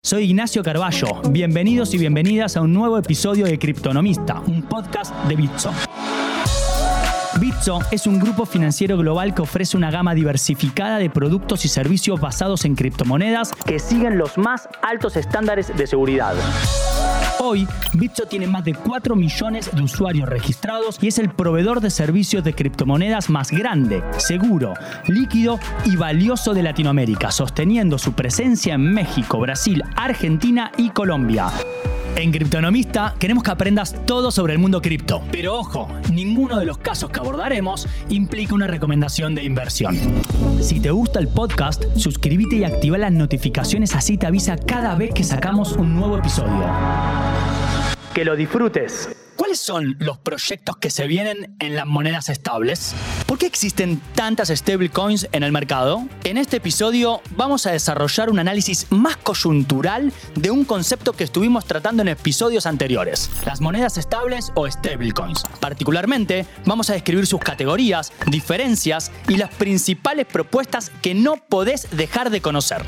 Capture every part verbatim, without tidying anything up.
Soy Ignacio Carballo. Bienvenidos y bienvenidas a un nuevo episodio de Criptonomista, un podcast de Bitso. Bitso es un grupo financiero global que ofrece una gama diversificada de productos y servicios basados en criptomonedas que siguen los más altos estándares de seguridad. Hoy, Bitso tiene más de cuatro millones de usuarios registrados y es el proveedor de servicios de criptomonedas más grande, seguro, líquido y valioso de Latinoamérica, sosteniendo su presencia en México, Brasil, Argentina y Colombia. En Criptonomista queremos que aprendas todo sobre el mundo cripto. Pero ojo, ninguno de los casos que abordaremos implica una recomendación de inversión. Si te gusta el podcast, suscríbete y activa las notificaciones, así te avisa cada vez que sacamos un nuevo episodio. Que lo disfrutes. ¿Cuáles son los proyectos que se vienen en las monedas estables? ¿Por qué existen tantas stablecoins en el mercado? En este episodio vamos a desarrollar un análisis más coyuntural de un concepto que estuvimos tratando en episodios anteriores, las monedas estables o stablecoins. Particularmente, vamos a describir sus categorías, diferencias y las principales propuestas que no podés dejar de conocer.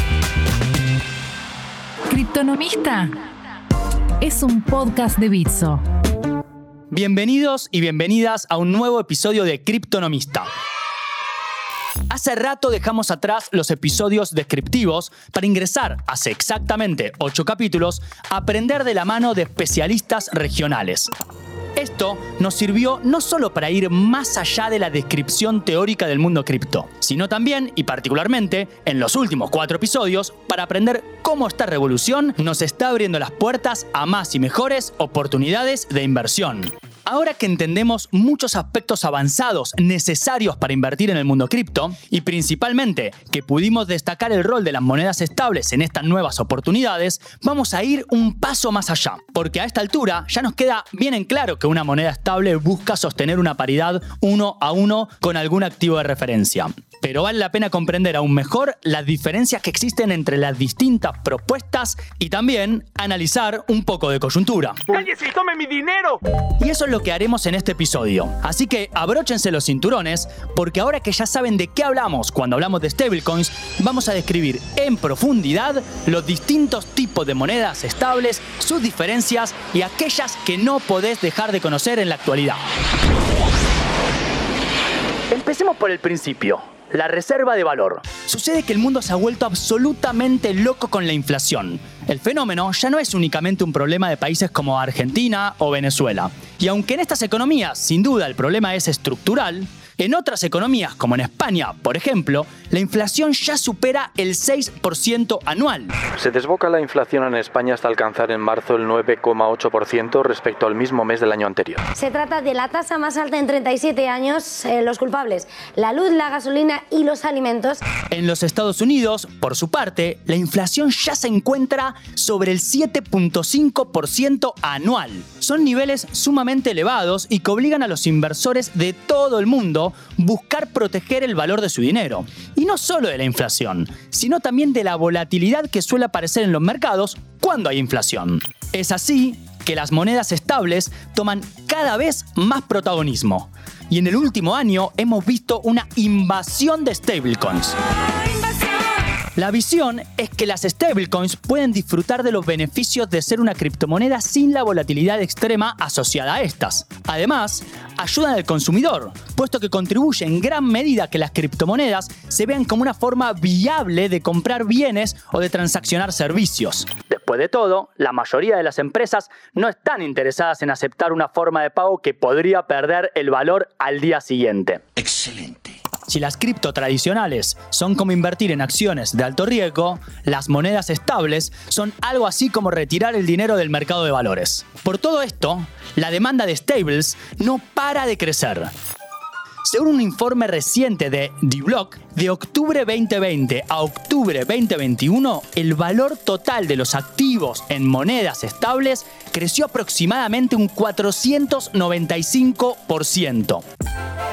Criptonomista es un podcast de Bitso. Bienvenidos y bienvenidas a un nuevo episodio de Criptonomista. Hace rato dejamos atrás los episodios descriptivos para ingresar, hace exactamente ocho capítulos, a aprender de la mano de especialistas regionales. Esto nos sirvió no solo para ir más allá de la descripción teórica del mundo cripto, sino también, y particularmente, en los últimos cuatro episodios, para aprender cómo esta revolución nos está abriendo las puertas a más y mejores oportunidades de inversión. Ahora que entendemos muchos aspectos avanzados necesarios para invertir en el mundo cripto, y principalmente que pudimos destacar el rol de las monedas estables en estas nuevas oportunidades, vamos a ir un paso más allá, porque a esta altura ya nos queda bien en claro que una moneda estable busca sostener una paridad uno a uno con algún activo de referencia. Pero vale la pena comprender aún mejor las diferencias que existen entre las distintas propuestas y también analizar un poco de coyuntura. ¡Cállese y tome mi dinero! Y eso es lo que haremos en este episodio. Así que abróchense los cinturones, porque ahora que ya saben de qué hablamos cuando hablamos de stablecoins, vamos a describir en profundidad los distintos tipos de monedas estables, sus diferencias y aquellas que no podés dejar de conocer en la actualidad. Empecemos por el principio. La reserva de valor. Sucede que el mundo se ha vuelto absolutamente loco con la inflación. El fenómeno ya no es únicamente un problema de países como Argentina o Venezuela. Y aunque en estas economías, sin duda, el problema es estructural, en otras economías, como en España, por ejemplo, la inflación ya supera el seis por ciento anual. Se desboca la inflación en España hasta alcanzar en marzo el nueve coma ocho por ciento respecto al mismo mes del año anterior. Se trata de la tasa más alta en treinta y siete años. Eh, los culpables, la luz, la gasolina y los alimentos. En los Estados Unidos, por su parte, la inflación ya se encuentra sobre el siete punto cinco por ciento anual. Son niveles sumamente elevados y que obligan a los inversores de todo el mundo buscar proteger el valor de su dinero. Y no solo de la inflación, sino también de la volatilidad que suele aparecer en los mercados cuando hay inflación. Es así que las monedas estables toman cada vez más protagonismo. Y en el último año hemos visto una invasión de stablecoins. La visión es que las stablecoins pueden disfrutar de los beneficios de ser una criptomoneda sin la volatilidad extrema asociada a estas. Además, ayudan al consumidor, puesto que contribuye en gran medida a que las criptomonedas se vean como una forma viable de comprar bienes o de transaccionar servicios. Después de todo, la mayoría de las empresas no están interesadas en aceptar una forma de pago que podría perder el valor al día siguiente. Excelente. Si las cripto tradicionales son como invertir en acciones de alto riesgo, las monedas estables son algo así como retirar el dinero del mercado de valores. Por todo esto, la demanda de stables no para de crecer. Según un informe reciente de The Block, de octubre veinte veinte a octubre veinte veintiuno, el valor total de los activos en monedas estables creció aproximadamente un cuatrocientos noventa y cinco por ciento. Esto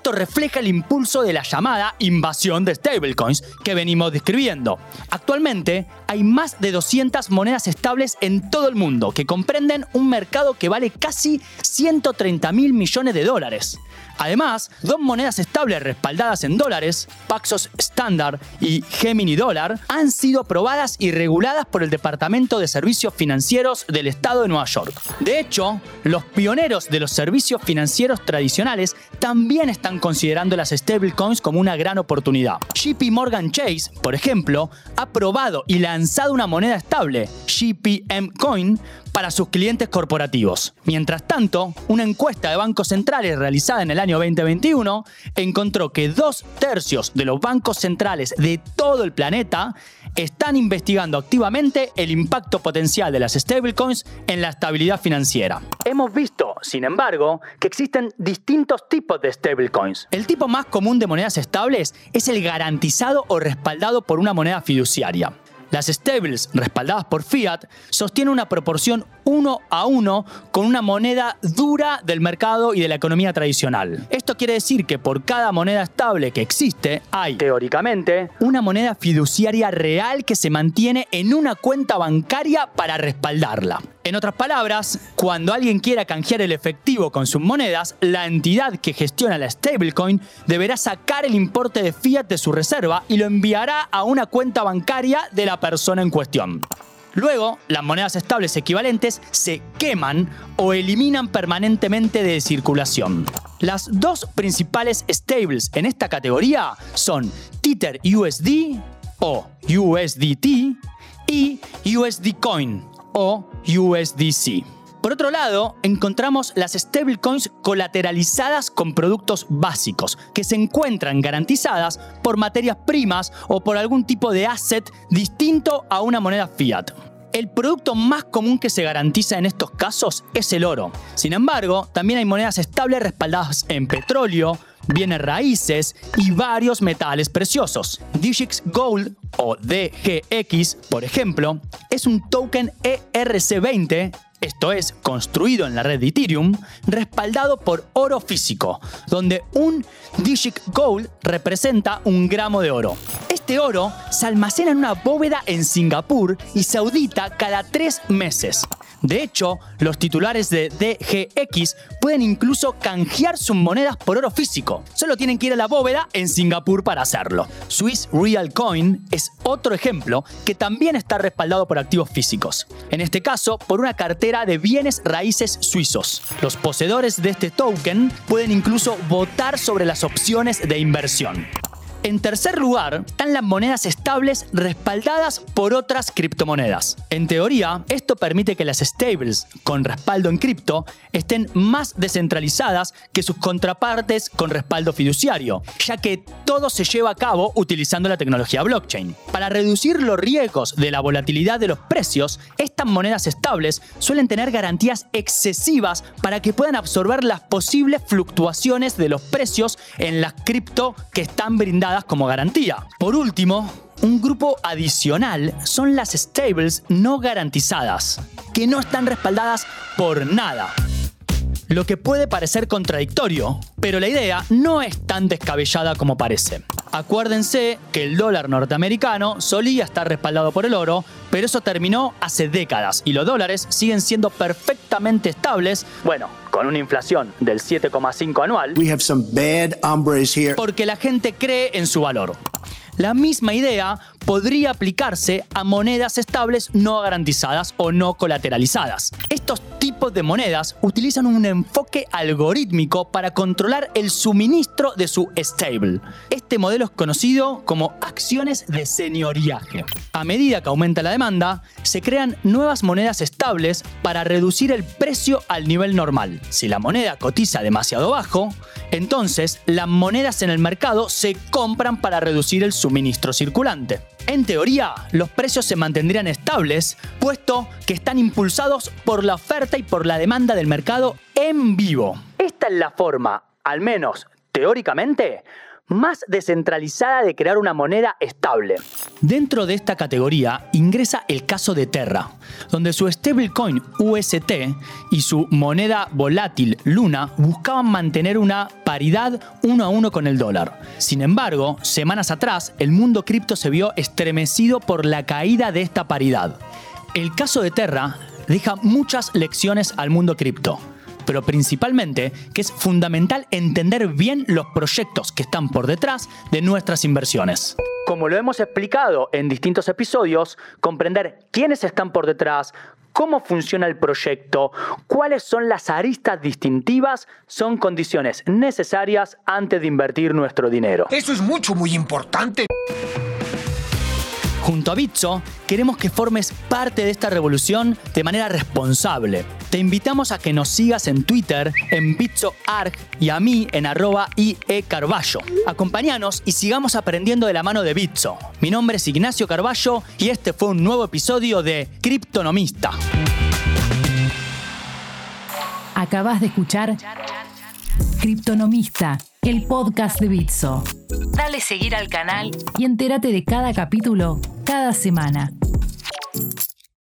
Esto refleja el impulso de la llamada invasión de stablecoins que venimos describiendo. Actualmente hay más de doscientas monedas estables en todo el mundo que comprenden un mercado que vale casi ciento treinta mil millones de dólares. Además, dos monedas estables respaldadas en dólares, Paxos Standard y Gemini Dollar, han sido aprobadas y reguladas por el Departamento de Servicios Financieros del Estado de Nueva York. De hecho, los pioneros de los servicios financieros tradicionales también están considerando las stablecoins como una gran oportunidad. J P Morgan Chase, por ejemplo, ha aprobado y lanzado una moneda estable, J P M Coin, para sus clientes corporativos. Mientras tanto, una encuesta de bancos centrales realizada en el año veinte veintiuno encontró que dos tercios de los bancos centrales de todo el planeta están investigando activamente el impacto potencial de las stablecoins en la estabilidad financiera. Hemos visto, sin embargo, que existen distintos tipos de stablecoins. El tipo más común de monedas estables es el garantizado o respaldado por una moneda fiduciaria. Las stables respaldadas por fiat sostienen una proporción uno a uno con una moneda dura del mercado y de la economía tradicional. Esto quiere decir que por cada moneda estable que existe, hay, teóricamente, una moneda fiduciaria real que se mantiene en una cuenta bancaria para respaldarla. En otras palabras, cuando alguien quiera canjear el efectivo con sus monedas, la entidad que gestiona la stablecoin deberá sacar el importe de fiat de su reserva y lo enviará a una cuenta bancaria de la persona en cuestión. Luego, las monedas estables equivalentes se queman o eliminan permanentemente de circulación. Las dos principales stables en esta categoría son Tether U S D o U S D T y U S D Coin o U S D C. Por otro lado, encontramos las stablecoins colateralizadas con productos básicos, que se encuentran garantizadas por materias primas o por algún tipo de asset distinto a una moneda fiat. El producto más común que se garantiza en estos casos es el oro. Sin embargo, también hay monedas estables respaldadas en petróleo, bienes raíces y varios metales preciosos. Digix Gold o D G X, por ejemplo, es un token E R C veinte, esto es, construido en la red de Ethereum, respaldado por oro físico, donde un Digix Gold representa un gramo de oro. Este oro se almacena en una bóveda en Singapur y se audita cada tres meses. De hecho, los titulares de D G X pueden incluso canjear sus monedas por oro físico. Solo tienen que ir a la bóveda en Singapur para hacerlo. Swiss Real Coin es otro ejemplo que también está respaldado por activos físicos. En este caso, por una cartera de bienes raíces suizos. Los poseedores de este token pueden incluso votar sobre las opciones de inversión. En tercer lugar, están las monedas estables respaldadas por otras criptomonedas. En teoría, esto permite que las stables con respaldo en cripto estén más descentralizadas que sus contrapartes con respaldo fiduciario, ya que todo se lleva a cabo utilizando la tecnología blockchain. Para reducir los riesgos de la volatilidad de los precios, estas monedas estables suelen tener garantías excesivas para que puedan absorber las posibles fluctuaciones de los precios en las cripto que están brindadas como garantía. Por último, un grupo adicional son las stables no garantizadas, que no están respaldadas por nada. Lo que puede parecer contradictorio, pero la idea no es tan descabellada como parece. Acuérdense que el dólar norteamericano solía estar respaldado por el oro, pero eso terminó hace décadas y los dólares siguen siendo perfectamente estables, bueno, con una inflación del siete coma cinco anual, We have some bad hombres here. porque la gente cree en su valor. La misma idea podría aplicarse a monedas estables no garantizadas o no colateralizadas. Estos tipos de monedas utilizan un enfoque algorítmico para controlar el suministro de su stable. Este modelo es conocido como acciones de señoriaje. A medida que aumenta la demanda, se crean nuevas monedas estables para reducir el precio al nivel normal. Si la moneda cotiza demasiado bajo, entonces las monedas en el mercado se compran para reducir el suministro circulante. En teoría, los precios se mantendrían estables, puesto que están impulsados por la oferta y por la demanda del mercado en vivo. Esta es la forma, al menos teóricamente, más descentralizada de crear una moneda estable. Dentro de esta categoría ingresa el caso de Terra, donde su stablecoin U S T y su moneda volátil Luna buscaban mantener una paridad uno a uno con el dólar. Sin embargo, semanas atrás, el mundo cripto se vio estremecido por la caída de esta paridad. El caso de Terra deja muchas lecciones al mundo cripto, pero principalmente que es fundamental entender bien los proyectos que están por detrás de nuestras inversiones. Como lo hemos explicado en distintos episodios, comprender quiénes están por detrás, cómo funciona el proyecto, cuáles son las aristas distintivas, son condiciones necesarias antes de invertir nuestro dinero. Eso es mucho, muy importante. Junto a Bitso, queremos que formes parte de esta revolución de manera responsable. Te invitamos a que nos sigas en Twitter, en BitsoArg y a mí en arroba iecarballo. Acompáñanos y sigamos aprendiendo de la mano de Bitso. Mi nombre es Ignacio Carballo y este fue un nuevo episodio de Criptonomista. Acabas de escuchar Criptonomista, el podcast de Bitso. Dale seguir al canal y entérate de cada capítulo cada semana.